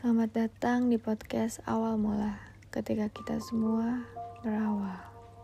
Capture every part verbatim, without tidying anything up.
Selamat datang di podcast Awal Mula, ketika kita semua berawal.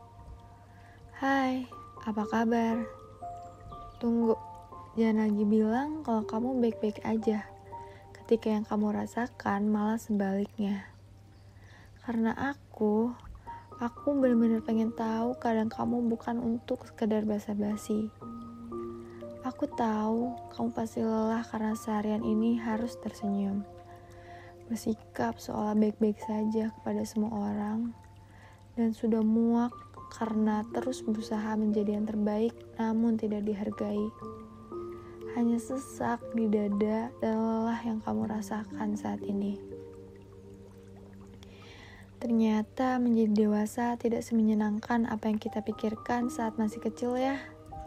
Hai, apa kabar? Tunggu, jangan lagi bilang kalau kamu baik-baik aja, ketika yang kamu rasakan malah sebaliknya. Karena aku, aku benar-benar pengen tahu keadaan kamu bukan untuk sekedar basa-basi. Aku tahu kamu pasti lelah karena seharian ini harus tersenyum, bersikap seolah baik-baik saja kepada semua orang, dan sudah muak karena terus berusaha menjadi yang terbaik namun tidak dihargai. Hanya sesak di dada dan lelah yang kamu rasakan saat ini. Ternyata menjadi dewasa tidak semenyenangkan apa yang kita pikirkan saat masih kecil ya.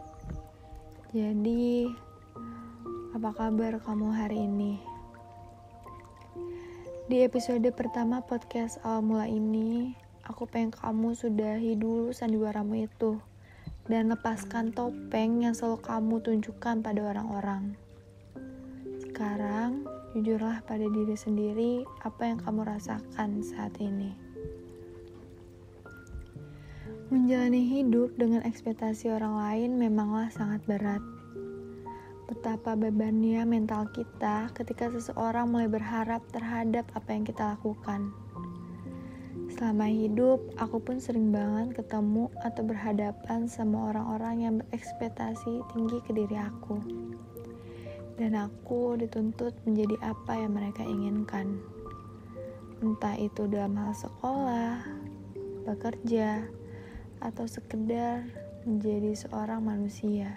Jadi, apa kabar kamu hari ini? Di episode pertama podcast Awal Mula ini, aku pengen kamu sudahi dulu sandiwaramu itu dan lepaskan topeng yang selalu kamu tunjukkan pada orang-orang. Sekarang, jujurlah pada diri sendiri apa yang kamu rasakan saat ini. Menjalani hidup dengan ekspektasi orang lain memanglah sangat berat. Betapa bebannya mental kita ketika seseorang mulai berharap terhadap apa yang kita lakukan. Selama hidup, aku pun sering banget ketemu atau berhadapan sama orang-orang yang berekspektasi tinggi ke diri aku. Dan aku dituntut menjadi apa yang mereka inginkan. Entah itu dalam hal sekolah, bekerja, atau sekedar menjadi seorang manusia.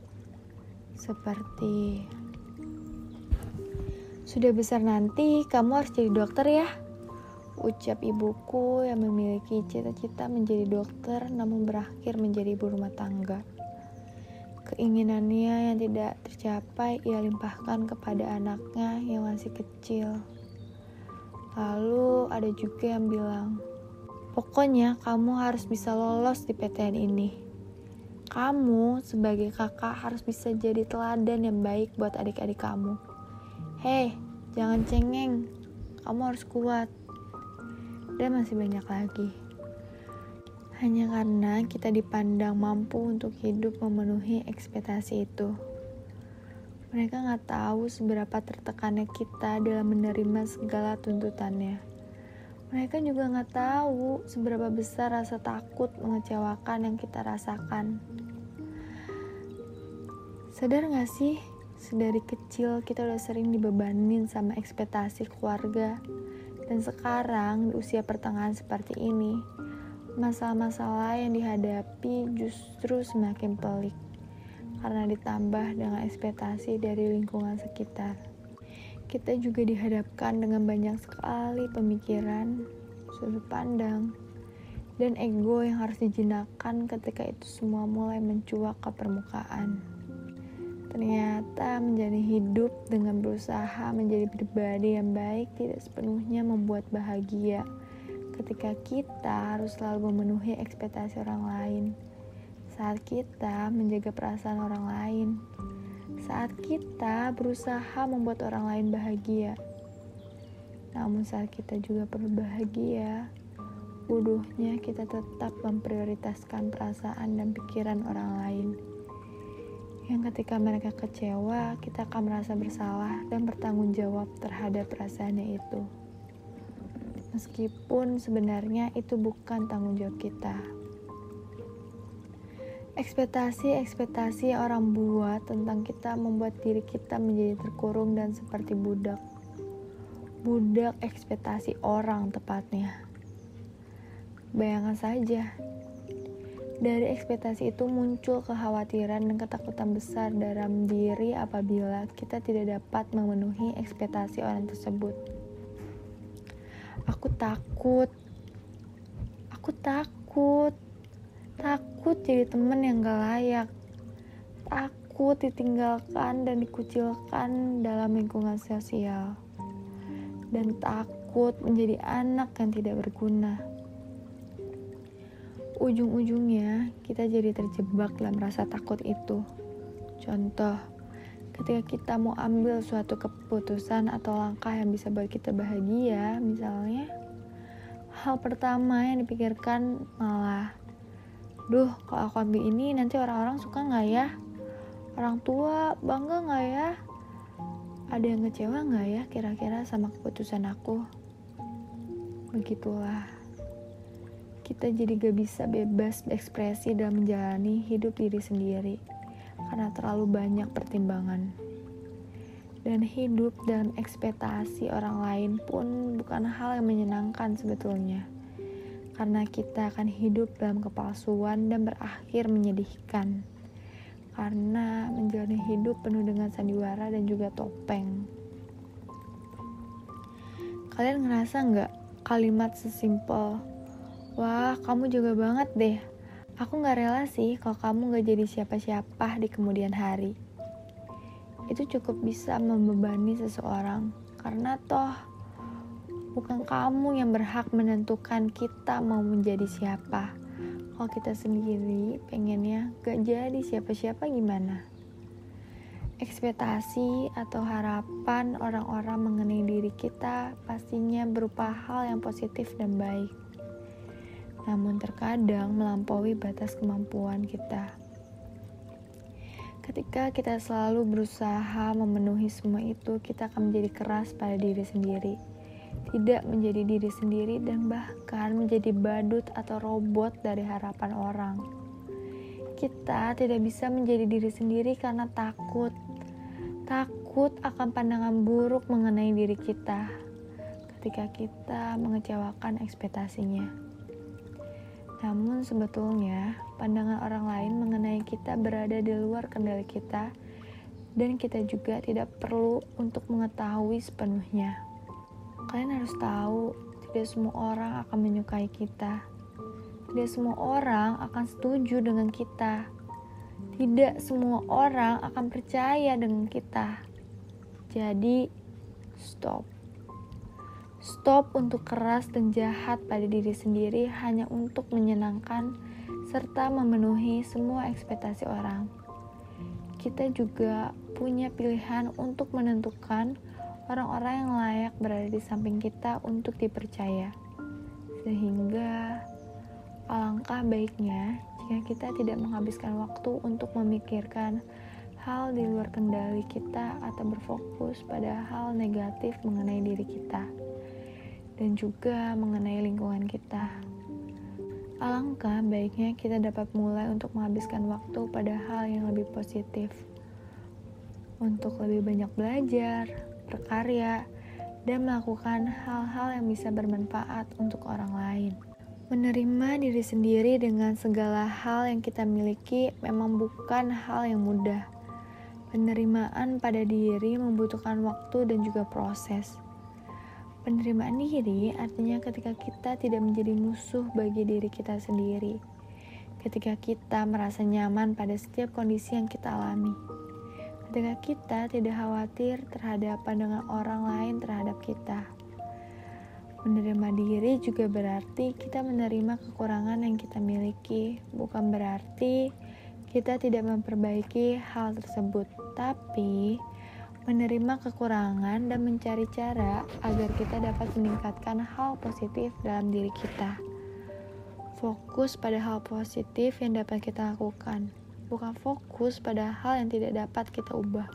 Seperti, sudah besar nanti kamu harus jadi dokter ya, ucap ibuku yang memiliki cita-cita menjadi dokter namun berakhir menjadi ibu rumah tangga. Keinginannya yang tidak tercapai ia limpahkan kepada anaknya yang masih kecil. Lalu ada juga yang bilang, pokoknya kamu harus bisa lolos di P T N ini. Kamu sebagai kakak harus bisa jadi teladan yang baik buat adik-adik kamu. Hei, jangan cengeng. Kamu harus kuat. Dan masih banyak lagi. Hanya karena kita dipandang mampu untuk hidup memenuhi ekspektasi itu. Mereka gak tahu seberapa tertekannya kita dalam menerima segala tuntutannya. Mereka juga gak tahu seberapa besar rasa takut mengecewakan yang kita rasakan. Sadar gak sih, sedari kecil kita udah sering dibebanin sama ekspektasi keluarga. Dan sekarang di usia pertengahan seperti ini, masalah-masalah yang dihadapi justru semakin pelik. Karena ditambah dengan ekspektasi dari lingkungan sekitar. Kita juga dihadapkan dengan banyak sekali pemikiran, sudut pandang, dan ego yang harus dijinakkan ketika itu semua mulai mencuat ke permukaan. Ternyata menjalani hidup dengan berusaha menjadi pribadi yang baik tidak sepenuhnya membuat bahagia ketika kita harus selalu memenuhi ekspektasi orang lain. Saat kita menjaga perasaan orang lain. Saat kita berusaha membuat orang lain bahagia. Namun saat kita juga perlu bahagia, bodohnya kita tetap memprioritaskan perasaan dan pikiran orang lain. Yang ketika mereka kecewa, kita akan merasa bersalah dan bertanggung jawab terhadap perasaannya itu. Meskipun sebenarnya itu bukan tanggung jawab kita. Ekspektasi-ekspektasi yang orang buat tentang kita membuat diri kita menjadi terkurung dan seperti budak. Budak ekspektasi orang tepatnya. Bayangkan saja, dari ekspektasi itu muncul kekhawatiran dan ketakutan besar dalam diri apabila kita tidak dapat memenuhi ekspektasi orang tersebut. Aku takut. Aku takut. Takut jadi teman yang gak layak. Takut ditinggalkan dan dikucilkan dalam lingkungan sosial. Dan takut menjadi anak yang tidak berguna. Ujung-ujungnya kita jadi terjebak dalam rasa takut itu. Contoh, Ketika kita mau ambil suatu keputusan atau langkah yang bisa buat kita bahagia, misalnya, hal pertama yang dipikirkan malah, duh, kalau aku ambil ini nanti orang-orang suka gak ya? Orang tua bangga gak ya? Ada yang kecewa gak ya kira-kira sama keputusan aku? Begitulah. Kita jadi gak bisa bebas berekspresi dalam menjalani hidup diri sendiri karena terlalu banyak pertimbangan. Dan hidup dalam ekspektasi orang lain pun bukan hal yang menyenangkan sebetulnya. Karena kita akan hidup dalam kepalsuan dan berakhir menyedihkan. Karena menjalani hidup penuh dengan sandiwara dan juga topeng. Kalian ngerasa gak kalimat sesimpel, wah kamu juga banget deh, aku gak rela sih kalau kamu gak jadi siapa-siapa di kemudian hari. Itu cukup bisa membebani seseorang, karena toh bukan kamu yang berhak menentukan kita mau menjadi siapa. Kalau kita sendiri pengennya gak jadi siapa-siapa gimana? Ekspektasi atau harapan orang-orang mengenai diri kita pastinya berupa hal yang positif dan baik. Namun terkadang melampaui batas kemampuan kita. Ketika kita selalu berusaha memenuhi semua itu, kita akan menjadi keras pada diri sendiri. Tidak menjadi diri sendiri dan bahkan menjadi badut atau robot dari harapan orang. Kita tidak bisa menjadi diri sendiri karena takut. Takut akan pandangan buruk mengenai diri kita ketika kita mengecewakan ekspektasinya. Namun sebetulnya pandangan orang lain mengenai kita berada di luar kendali kita dan kita juga tidak perlu untuk mengetahui sepenuhnya. Kalian harus tahu, tidak semua orang akan menyukai kita. Tidak semua orang akan setuju dengan kita. Tidak semua orang akan percaya dengan kita. Jadi, stop. Stop untuk keras dan jahat pada diri sendiri hanya untuk menyenangkan serta memenuhi semua ekspektasi orang. Kita juga punya pilihan untuk menentukan orang-orang yang layak berada di samping kita untuk dipercaya. Sehingga alangkah baiknya jika kita tidak menghabiskan waktu untuk memikirkan hal di luar kendali kita atau berfokus pada hal negatif mengenai diri kita dan juga mengenai lingkungan kita. Alangkah baiknya kita dapat mulai untuk menghabiskan waktu pada hal yang lebih positif, untuk lebih banyak belajar, berkarya, dan melakukan hal-hal yang bisa bermanfaat untuk orang lain. Menerima diri sendiri dengan segala hal yang kita miliki memang bukan hal yang mudah. Penerimaan pada diri membutuhkan waktu dan juga proses. Penerimaan diri artinya ketika kita tidak menjadi musuh bagi diri kita sendiri. Ketika kita merasa nyaman pada setiap kondisi yang kita alami. Ketika kita tidak khawatir terhadap pandangan orang lain terhadap kita. Menerima diri juga berarti kita menerima kekurangan yang kita miliki. Bukan berarti kita tidak memperbaiki hal tersebut, tapi menerima kekurangan dan mencari cara agar kita dapat meningkatkan hal positif dalam diri kita. Fokus pada hal positif yang dapat kita lakukan, bukan fokus pada hal yang tidak dapat kita ubah.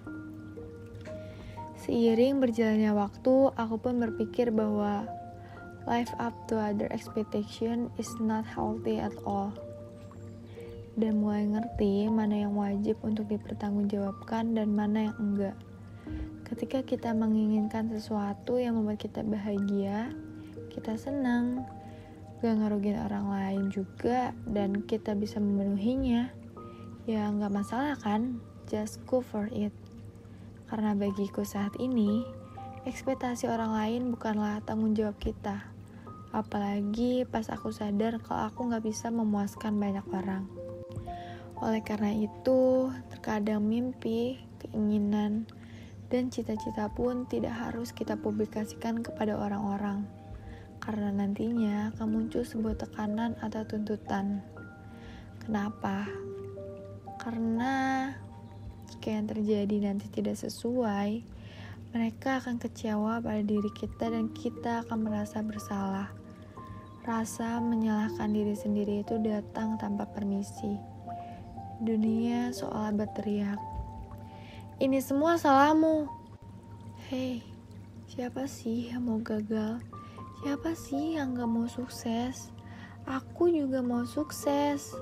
Seiring berjalannya waktu, aku pun berpikir bahwa live up to other expectation is not healthy at all. Dan mulai ngerti mana yang wajib untuk dipertanggungjawabkan dan mana yang enggak. Ketika kita menginginkan sesuatu yang membuat kita bahagia, kita senang, gak ngerugiin orang lain juga, dan kita bisa memenuhinya, ya gak masalah kan, just go for it. Karena bagiku saat ini, ekspektasi orang lain bukanlah tanggung jawab kita. Apalagi pas aku sadar kalau aku gak bisa memuaskan banyak orang. Oleh karena itu, terkadang mimpi, keinginan, dan cita-cita pun tidak harus kita publikasikan kepada orang-orang. Karena nantinya akan muncul sebuah tekanan atau tuntutan. Kenapa? Karena jika yang terjadi nanti tidak sesuai, mereka akan kecewa pada diri kita dan kita akan merasa bersalah. Rasa menyalahkan diri sendiri itu datang tanpa permisi. Dunia seolah berteriak, "Ini semua salahmu." Hei, siapa sih yang mau gagal? Siapa sih yang gak mau sukses? Aku juga mau sukses.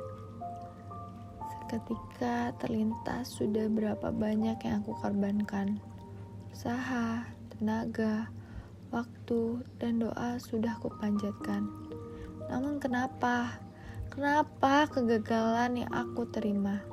Seketika terlintas sudah berapa banyak yang aku korbankan. Usaha, tenaga, waktu, dan doa sudah kupanjatkan. Namun kenapa? Kenapa kegagalan yang aku terima?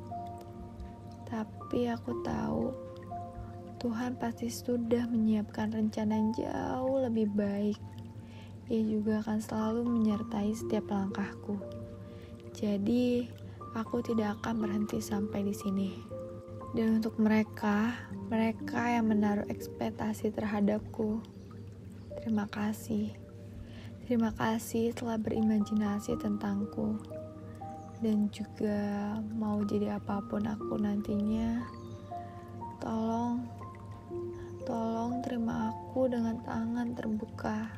Tapi aku tahu Tuhan pasti sudah menyiapkan rencana yang jauh lebih baik. Ia juga akan selalu menyertai setiap langkahku. Jadi, aku tidak akan berhenti sampai di sini. Dan untuk mereka, mereka yang menaruh ekspektasi terhadapku, terima kasih. Terima kasih telah berimajinasi tentangku. Dan juga mau jadi apapun aku nantinya, tolong, tolong terima aku dengan tangan terbuka.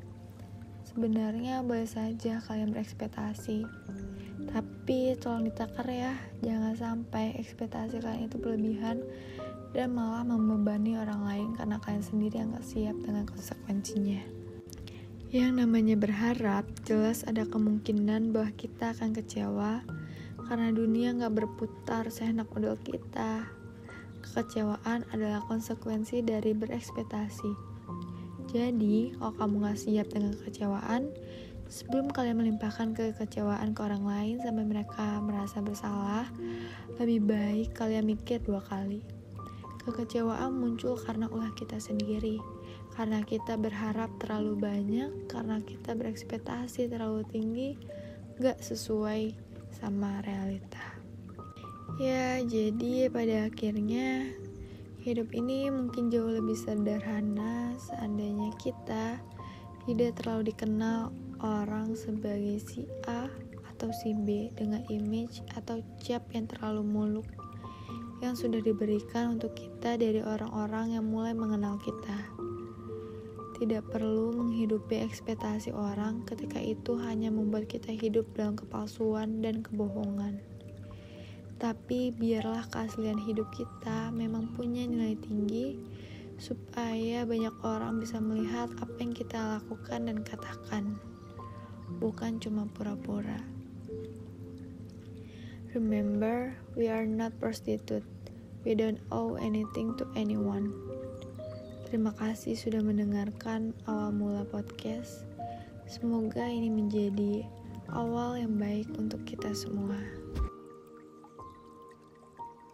Sebenarnya boleh saja kalian berekspektasi, tapi tolong ditakar ya, jangan sampai ekspektasi kalian itu berlebihan dan malah membebani orang lain karena kalian sendiri yang gak siap dengan konsekuensinya. Yang namanya berharap, jelas ada kemungkinan bahwa kita akan kecewa karena dunia gak berputar seenak odol kita. Kekecewaan adalah konsekuensi dari berekspektasi. Jadi, kalau kamu gak siap dengan kekecewaan, sebelum kalian melimpahkan kekecewaan ke orang lain sampai mereka merasa bersalah, lebih baik kalian mikir dua kali. Kekecewaan muncul karena ulah kita sendiri, karena kita berharap terlalu banyak, karena kita berekspektasi terlalu tinggi, gak sesuai sama realita. Ya, jadi pada akhirnya hidup ini mungkin jauh lebih sederhana seandainya kita tidak terlalu dikenal orang sebagai si A atau si B dengan image atau cap yang terlalu muluk yang sudah diberikan untuk kita dari orang-orang yang mulai mengenal kita. Tidak perlu menghidupi ekspektasi orang ketika itu hanya membuat kita hidup dalam kepalsuan dan kebohongan. Tapi biarlah keaslian hidup kita memang punya nilai tinggi supaya banyak orang bisa melihat apa yang kita lakukan dan katakan, bukan cuma pura-pura. Remember, we are not prostitute. We don't owe anything to anyone. Terima kasih sudah mendengarkan awal mula podcast. Semoga ini menjadi awal yang baik untuk kita semua.